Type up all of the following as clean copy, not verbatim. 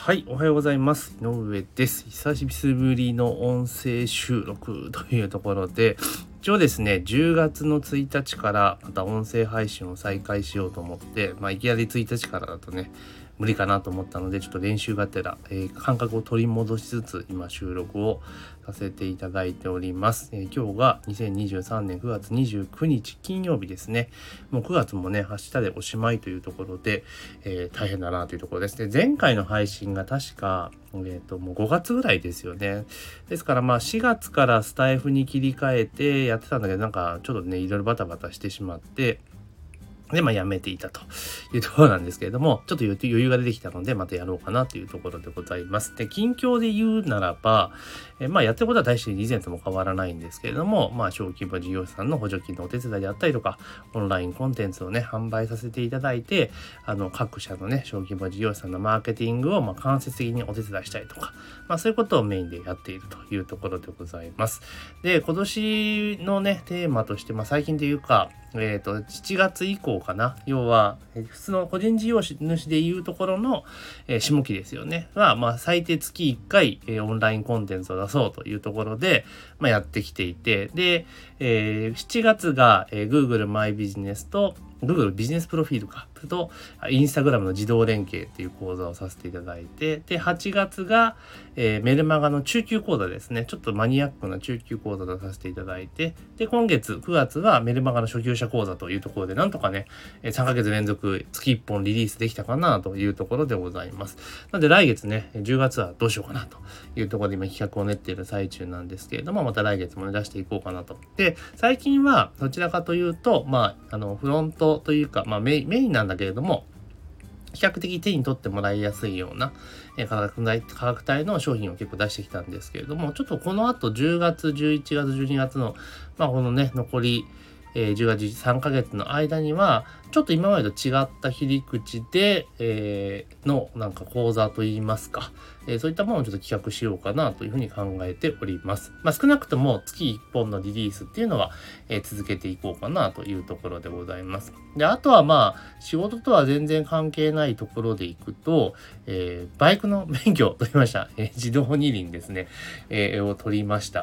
はい、おはようございます。井上です。久しぶりの音声収録というところで、一応ですね、10月の1日からまた音声配信を再開しようと思って、いきなり1日からだとね、無理かなと思ったので、ちょっと練習がてら、感覚を取り戻しつつ、今収録をさせていただいております。今日が2023年9月29日金曜日ですね。もう9月もね、明日でおしまいというところで、大変だなというところですね。前回の配信が確か、もう5月ぐらいですよね。ですから4月からスタイフに切り替えてやってたんだけど、なんかちょっとね、いろいろバタバタしてしまって、で、やめていたというところなんですけれども、ちょっと余裕が出てきたので、またやろうかなというところでございます。で、近況で言うならば、やってることは大して以前とも変わらないんですけれども、小規模事業者さんの補助金のお手伝いであったりとか、オンラインコンテンツをね、販売させていただいて、各社のね、小規模事業者さんのマーケティングを、間接的にお手伝いしたりとか、そういうことをメインでやっているというところでございます。で、今年のね、テーマとして、最近で言うか、7月以降かな。要は、普通の個人事業主でいうところの、下期ですよね。最低月1回、オンラインコンテンツを出そうというところで、やってきていて、で、7月が、Google マイビジネスと、Google ビジネスプロフィールかと、インスタグラムの自動連携っていう講座をさせていただいて、で、8月が、メルマガの中級講座ですね。ちょっとマニアックな中級講座をさせていただいて、で、今月9月はメルマガの初級者講座というところで、なんとかね、3ヶ月連続月1本リリースできたかなというところでございます。なので来月ね、10月はどうしようかなというところで今企画を練っている最中なんですけれども、また来月もね、出していこうかなと。で、最近はどちらかというと、フロントというか、メインなんだけれども、比較的手に取ってもらいやすいような価格帯の商品を結構出してきたんですけれども、ちょっとこの後10月、11月、12月の、このね、残り、10月3ヶ月の間には、ちょっと今までと違った切り口で、のなんか講座といいますか、そういったものをちょっと企画しようかなというふうに考えております。少なくとも月1本のリリースっていうのは、続けていこうかなというところでございます。で、あとは仕事とは全然関係ないところでいくと、バイクの免許を取りました。自動二輪ですね、を取りました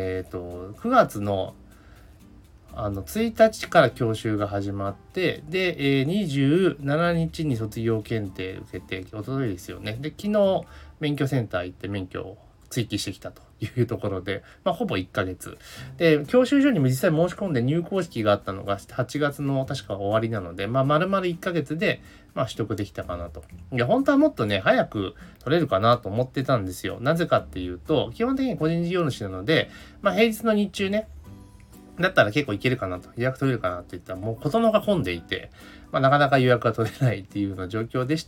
。9月の1日から教習が始まって、で、27日に卒業検定受けて、おとといですよね。で、昨日、免許センター行って免許を追記してきたというところで、ほぼ1ヶ月。で、教習所にも実際申し込んで入校式があったのが8月の確か終わりなので、丸々1ヶ月で、取得できたかなと。いや、本当はもっとね、早く取れるかなと思ってたんですよ。なぜかっていうと、基本的に個人事業主なので、平日の日中ね、だったら結構いけるかなと、予約取れるかなって言ったら、もうことのが混んでいて、なかなか予約が取れないっていうような状況でして、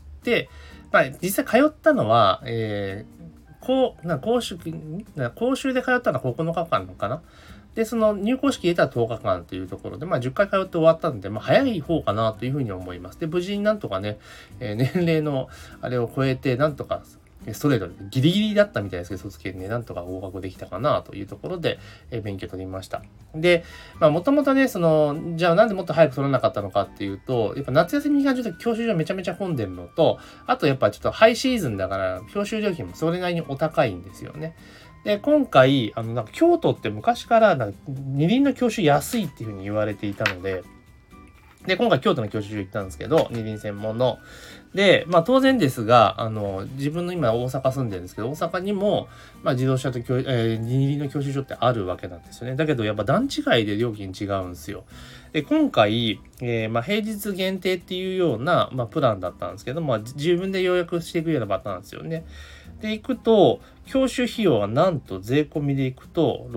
実際通ったのは、講習で通ったのは9日間のかな。で、その入校式入れたら10日間というところで、10回通って終わったんで、早い方かなというふうに思います。で、無事になんとかね、年齢のあれを超えて、なんとか、ストレートでギリギリだったみたいですけど、卒検ね、なんとか合格できたかなというところで、免許取りました。で、もともとね、じゃあなんでもっと早く取らなかったのかっていうと、やっぱ夏休み期間中で教習所めちゃめちゃ混んでるのと、あとやっぱちょっとハイシーズンだから、教習料金もそれなりにお高いんですよね。で、今回、京都って昔から二輪の教習安いっていうふうに言われていたので、で、今回京都の教習所行ったんですけど、二輪専門の。で、当然ですが、自分の今大阪住んでるんですけど、大阪にも、自動車と二輪の教習所ってあるわけなんですよね。だけど、やっぱ段違いで料金違うんですよ。で、今回、平日限定っていうような、プランだったんですけど、自分で予約していくようなパターンですよね。で、行くと、教習費用がなんと税込みで行くと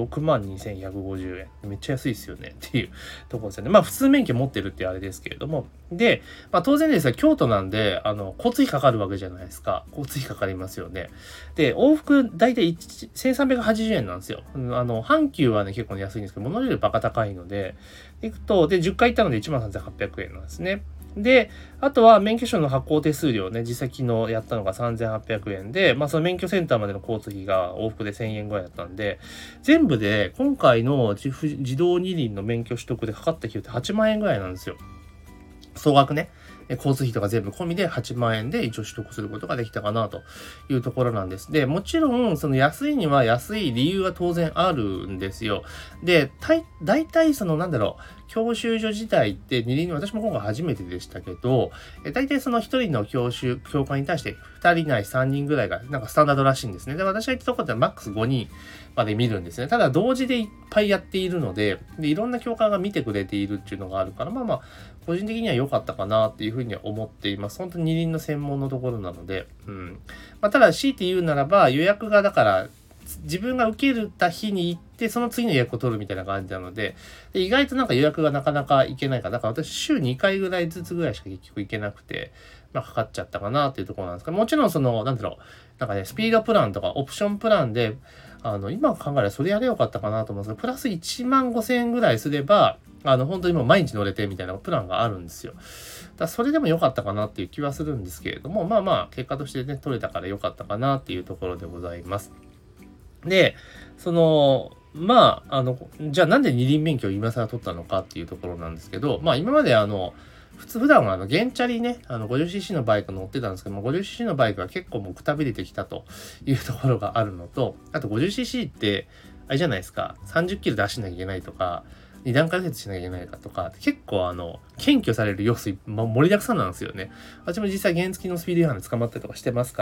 62,150円。めっちゃ安いですよねっていうところですよね。普通免許持ってるってあれですけれども。で、当然ですが、京都なんで、交通費かかるわけじゃないですか。交通費かかりますよね。で、往復だいたい1380円なんですよ。阪急はね、結構安いんですけど、物よりバカ高いので、行くと、で、10回行ったので13,800円なんですね。で、あとは免許証の発行手数料ね、実際昨日やったのが3,800円で、その免許センターまでの交通費が往復で1,000円ぐらいだったんで、全部で今回の自動二輪の免許取得でかかった費用って8万円ぐらいなんですよ。総額ね。 交通費とか全部込みで8万円で一応取得することができたかなというところなんです。で、もちろん、その安いには安い理由は当然あるんですよ。で、大体教習所自体って二輪、私も今回初めてでしたけど、大体その一人の教官に対して2人ない3人ぐらいがなんかスタンダードらしいんですね。で、私が言ったところではマックス5人まで見るんですね。ただ同時でいっぱいやっているので、いろんな教官が見てくれているっていうのがあるから、個人的には良かったかなっていうふうには思っています。本当に二輪の専門のところなので、ただ強いて言うならば予約がだから自分が受けた日に行ってその次の予約を取るみたいな感じなので、意外となんか予約がなかなか行けないから、だから私週2回ぐらいずつぐらいしか結局行けなくて、かかっちゃったかなっていうところなんですけど、もちろんスピードプランとかオプションプランで、今考えればそれやれよかったかなと思うんですけど、プラス1万5千円ぐらいすれば、本当にもう毎日乗れてみたいなプランがあるんですよ。だからそれでも良かったかなっていう気はするんですけれども、結果としてね、取れたから良かったかなっていうところでございます。で、じゃあなんで二輪免許を今更取ったのかっていうところなんですけど、今まで普段は原チャリね、50cc のバイク乗ってたんですけども、50cc のバイクは結構もうくたびれてきたというところがあるのと、あと 50cc って、あれじゃないですか、30キロで走んなきゃいけないとか、二段階右折しなきゃいけないかとか、結構検挙される要素、盛りだくさんなんですよね。私も実際原付のスピード違反で捕まったりとかしてますから、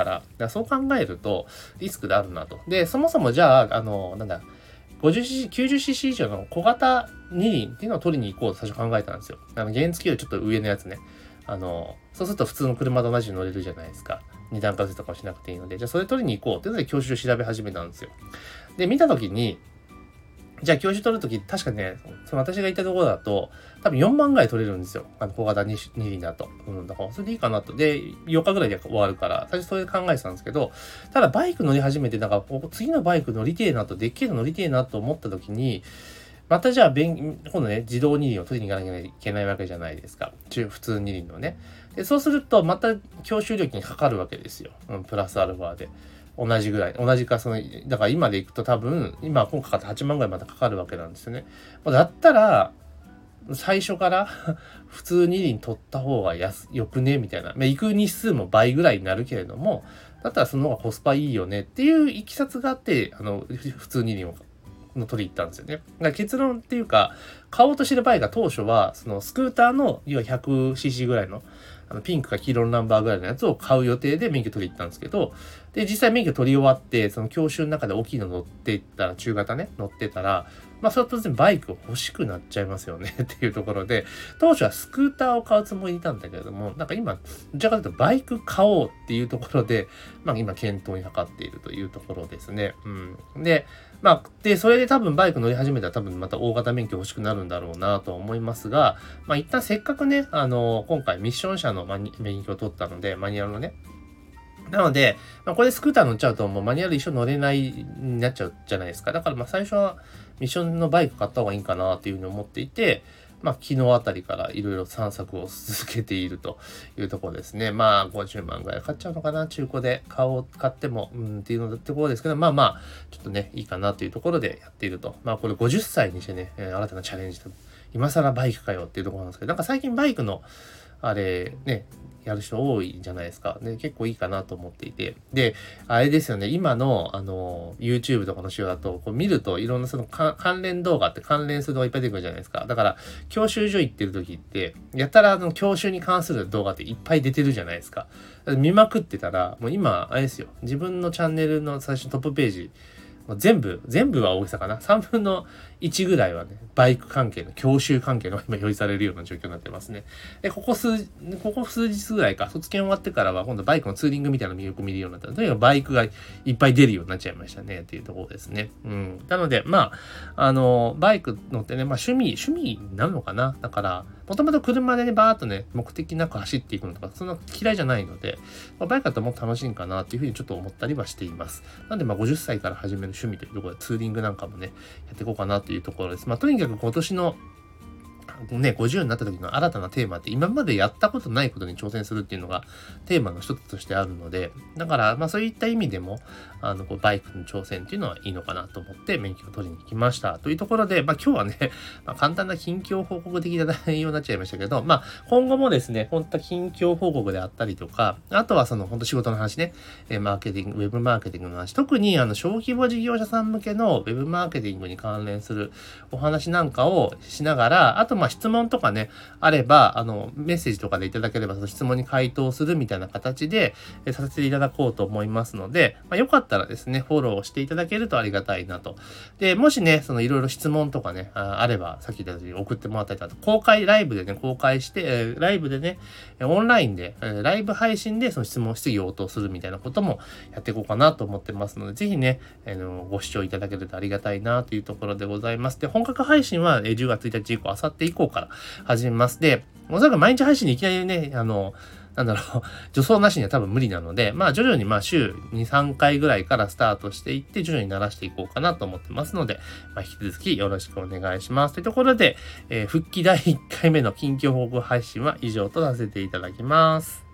そう考えるとリスクであるなと。で、そもそもじゃあ、50cc、90cc 以上の小型二輪っていうのを取りに行こうと最初考えたんですよ。原付よりちょっと上のやつね。そうすると普通の車と同じに乗れるじゃないですか。二段階右折とかもしなくていいので、じゃあそれ取りに行こうっていうので教習所調べ始めたんですよ。で、見たときに、じゃあ教習取るとき、確かね、私が行ったところだと、多分4万ぐらい取れるんですよ。小型二輪だと。だからそれでいいかなと。で、4日ぐらいで終わるから、最初それで考えてたんですけど、ただバイク乗り始めて、次のバイク乗りてえなと、でっけえの乗りてえなと思ったときに、またじゃあ今度ね、自動二輪を取りに行かなきゃいけないわけじゃないですか。普通二輪のね。で、そうすると、また教習料金かかるわけですよ。プラスアルファで。同じか、だから今で行くと多分、今かかって8万ぐらいまたかかるわけなんですよね。だったら、最初から普通二輪取った方がよくねみたいな。行く日数も倍ぐらいになるけれども、だったらその方がコスパいいよねっていういきさつがあって、普通二輪を取り行ったんですよね。だから結論っていうか、買おうとしてる場合が当初は、そのスクーターの、要は 100cc ぐらいの、ピンクか黄色のナンバーぐらいのやつを買う予定で免許取り行ったんですけど、で、実際免許取り終わって、その教習の中で大きいの乗っていったら、中型ね、乗ってたら、それは当然バイク欲しくなっちゃいますよねっていうところで、当初はスクーターを買うつもりでいたんだけれども、今、どちらかというとバイク買おうっていうところで、今検討にかかっているというところですね。で、それで多分バイク乗り始めたら多分また大型免許欲しくなるんだろうなと思いますが、一旦せっかくね、今回ミッション車の免許を取ったので、マニュアルのね、なので、これスクーター乗っちゃうともうマニュアル一緒乗れないになっちゃうじゃないですか。だから最初はミッションのバイク買った方がいいかなっていうふうに思っていて、昨日あたりからいろいろ散策を続けているというところですね。50万ぐらい買っちゃうのかな、中古で買っても、っていうのところですけど、ちょっとね、いいかなというところでやっていると。これ50歳にしてね、新たなチャレンジと、今更バイクかよっていうところなんですけど、最近バイクの、あれ、ね、やる人多いじゃないですか。で、結構いいかなと思っていて。で、あれですよね、今の、YouTube とかの仕様だと、見るといろんなその関連動画って関連する動画いっぱい出てくるじゃないですか。だから、教習所行ってる時って、やたら教習に関する動画っていっぱい出てるじゃないですか。見まくってたら、もう今、あれですよ、自分のチャンネルの最初のトップページ、全部は大げさかな。3分の1ぐらいはね、バイク関係の、教習関係の今表示されるような状況になってますね。で、ここ数日ぐらいか、卒検終わってからは今度バイクのツーリングみたいなのをよく見るようになった。とにかくバイクがいっぱい出るようになっちゃいましたね、っていうところですね。なので、バイク乗ってね、趣味なのかな。だから、もともと車でね、バーっとね、目的なく走っていくのとか、そんな嫌いじゃないので、バイクだともっと楽しいんかなっていうふうにちょっと思ったりはしています。なんで、50歳から始める趣味というところで、ツーリングなんかもね、やっていこうかなというところです。とにかく今年のね、50になった時の新たなテーマって今までやったことないことに挑戦するっていうのがテーマの一つとしてあるので、だからそういった意味でもバイクの挑戦っていうのはいいのかなと思って免許を取りに来ましたというところで、今日はね、簡単な近況報告的な内容になっちゃいましたけど、今後もですね、本当近況報告であったりとか、あとは本当仕事の話ね、マーケティング、ウェブマーケティングの話、特に小規模事業者さん向けのウェブマーケティングに関連するお話なんかをしながら、あと質問とかね、あれば、メッセージとかでいただければ、その質問に回答するみたいな形で、させていただこうと思いますので、よかったらですね、フォローしていただけるとありがたいなと。で、もしね、いろいろ質問とかね、あれば、さっき言ったように送ってもらったりとか、公開ライブでね、公開して、ライブでね、オンラインで、ライブ配信でその質問、質疑応答するみたいなこともやっていこうかなと思ってますので、ぜひね、ご視聴いただけるとありがたいなというところでございます。で、本格配信は10月1日以降、明後日以降から始めます。で、おそらく毎日配信にいきなりね、助走なしには多分無理なので、徐々に週2、3回ぐらいからスタートしていって、徐々に慣らしていこうかなと思ってますので、引き続きよろしくお願いします。というところで、復帰第1回目の近況報告配信は以上とさせていただきます。